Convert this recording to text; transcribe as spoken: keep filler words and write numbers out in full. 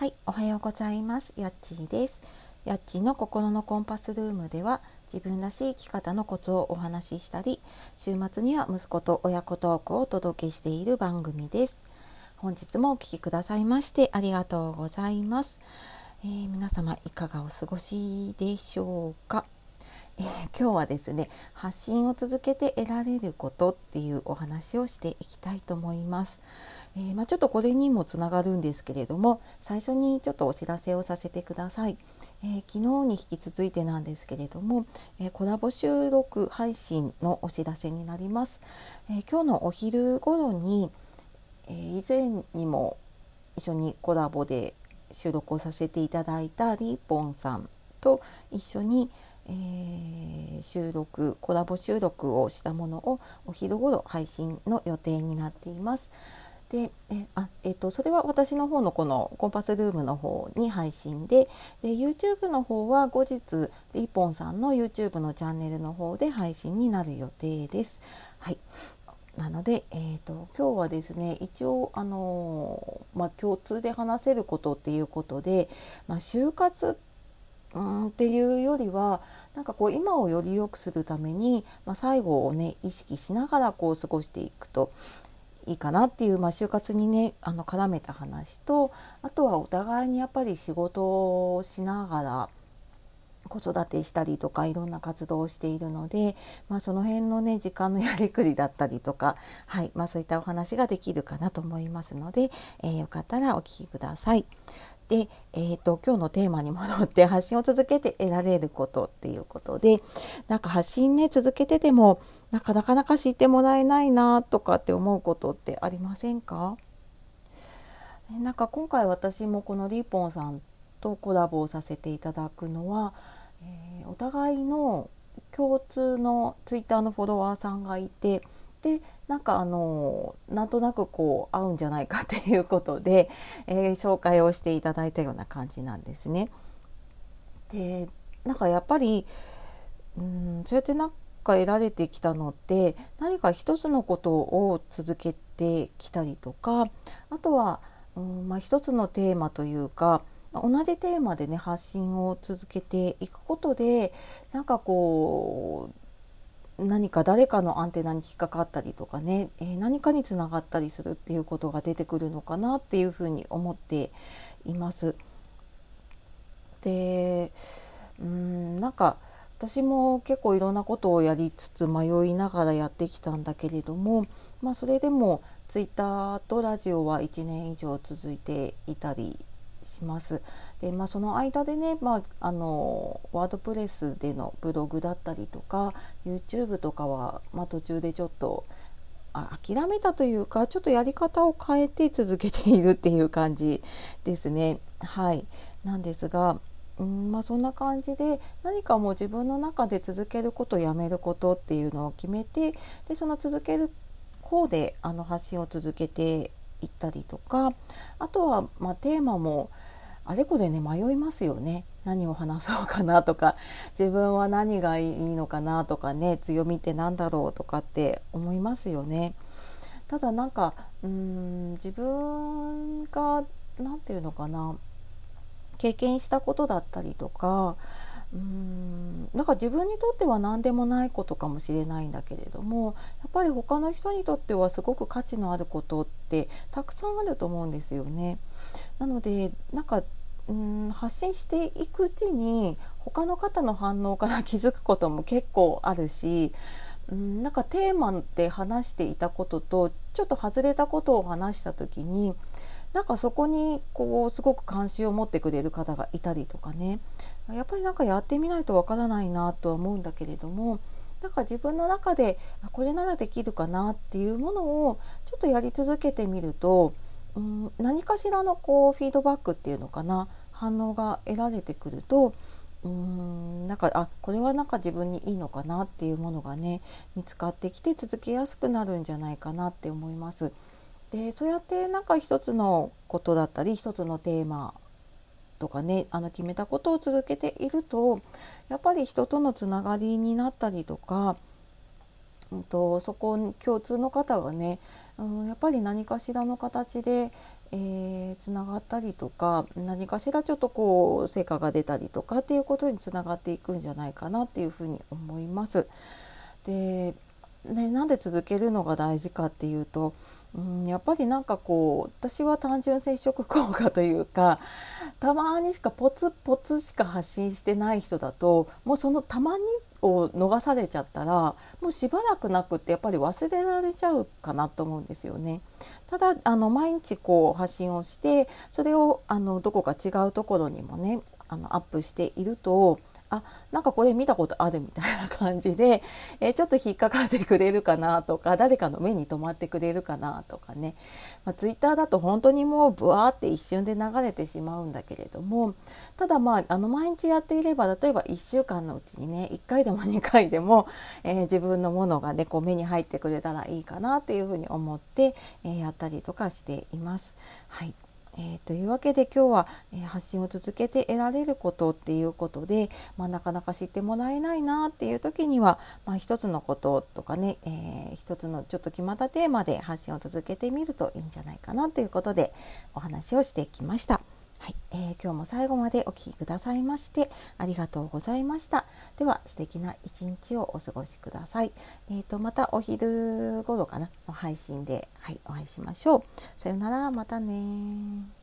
はい、おはようございます。やっちーです。やっちーの心のコンパスルームでは、自分らしい生き方のコツをお話ししたり、週末には息子と親子トークをお届けしている番組です。本日もお聞きくださいましてありがとうございます。えー、皆様いかがお過ごしでしょうか。えー、今日はですね、発信を続けて得られることっていうお話をしていきたいと思います。えーまあ、ちょっとこれにもつながるんですけれども、最初にちょっとお知らせをさせてください。えー、昨日に引き続いてなんですけれども、えー、コラボ収録配信のお知らせになります。えー、今日のお昼頃に、えー、以前にも一緒にコラボで収録をさせていただいたリーポンさんと一緒にえー、収録コラボ収録をしたものをお昼頃配信の予定になっています。でえあ、えー、とそれは私の方のこのコンパスルームの方に配信で、で YouTube の方は後日リーポンさんの YouTube のチャンネルの方で配信になる予定です。はい、なので、えー、と今日はですね、一応、あのーまあ、共通で話せることっていうことで、まあ、就活うんっていうよりは、なんかこう今をより良くするために、まあ、最後をね意識しながらこう過ごしていくといいかなっていう、まあ、就活にねあの絡めた話と、あとはお互いにやっぱり仕事をしながら子育てしたりとかいろんな活動をしているので、まあ、その辺のね時間のやりくりだったりとか、はいまあ、そういったお話ができるかなと思いますので、えー、よかったらお聞きください。で、えーと、今日のテーマに戻って発信を続けて得られることっていうことで、なんか発信ね続けててもなんかなかなか知ってもらえないなとかって思うことってありませんか？なんか今回私もこのリーポンさんとコラボをさせていただくのは、えー、お互いの共通のツイッターのフォロワーさんがいて、でなんかあのなんとなくこう合うんじゃないかっていうことで、えー、紹介をしていただいたような感じなんですね。でなんかやっぱりうんそうやってなんか得られてきたのって、何か一つのことを続けてきたりとか、あとはうんまあ、一つのテーマというか同じテーマでね発信を続けていくことで、なんかこう何か誰かのアンテナに引っかかったりとかね、えー、何かにつながったりするっていうことが出てくるのかなっていうふうに思っています。でうーんなんか私も結構いろんなことをやりつつ迷いながらやってきたんだけれども、まあ、それでもツイッターとラジオはいちねん以上続いていたりします。で、まあ、その間でね、まあ、あのワードプレスでのブログだったりとか YouTube とかは、まあ、途中でちょっとあ諦めたというか、ちょっとやり方を変えて続けているっていう感じですね。はいなんですが、うんまあ、そんな感じで何かもう自分の中で続けることやめることっていうのを決めて、でその続ける方であの発信を続けていったりとか、あとは、まあ、テーマもあれこれね迷いますよね。何を話そうかなとか、自分は何がいいのかなとかね、強みってなんだろうとかって思いますよね。ただなんかうーん自分がなんていうのかな、経験したことだったりとか、うーんなんか自分にとっては何でもないことかもしれないんだけれども、やっぱり他の人にとってはすごく価値のあることってたくさんあると思うんですよね。なのでなんかうん発信していくうちに他の方の反応から気づくことも結構あるし、うんなんかテーマで話していたこととちょっと外れたことを話した時に、なんかそこにこうすごく関心を持ってくれる方がいたりとかね、やっぱりなんかやってみないとわからないなとは思うんだけれども、なんか自分の中でこれならできるかなっていうものをちょっとやり続けてみると、うん、何かしらのこうフィードバックっていうのかな、反応が得られてくると、うーんなんかあこれはなんか自分にいいのかなっていうものがね見つかってきて続けやすくなるんじゃないかなって思います。でそうやってなんか一つのことだったり一つのテーマとかね、あの決めたことを続けていると、やっぱり人とのつながりになったりとか、うんとそこに共通の方がねうん、やっぱり何かしらの形でえー、つながったりとか、何かしらちょっとこう成果が出たりとかっていうことにつながっていくんじゃないかなっていうふうに思います。で、ね、なんで続けるのが大事かっていうと、うん、やっぱりなんかこう私は単純接触効果というか、たまにしかポツポツしか発信してない人だと、もうそのたまにを逃されちゃったらもうしばらくなくってやっぱり忘れられちゃうかなと思うんですよね。ただあの毎日こう発信をして、それをあのどこか違うところにもねあのアップしていると、あ、なんかこれ見たことあるみたいな感じで、えー、ちょっと引っかかってくれるかなとか、誰かの目に留まってくれるかなとかね、まあ、ツイッターだと本当にもうブワーって一瞬で流れてしまうんだけれども、ただまああの毎日やっていれば、例えばいっしゅうかんのうちにねいっかいでもにかいでも、えー、自分のものがねこう目に入ってくれたらいいかなっていうふうに思って、えー、やったりとかしています。はい。えー、というわけで今日は、えー、発信を続けて得られることっていうことで、まあ、なかなか知ってもらえないなっていう時には、まあ、一つのこととかね、えー、一つのちょっと決まったテーマで発信を続けてみるといいんじゃないかなということでお話をしてきました。はい、えー、今日も最後までお聞きくださいましてありがとうございました。では素敵な一日をお過ごしください。えーと、またお昼頃かなの配信で、はい、お会いしましょう。さよなら、またね。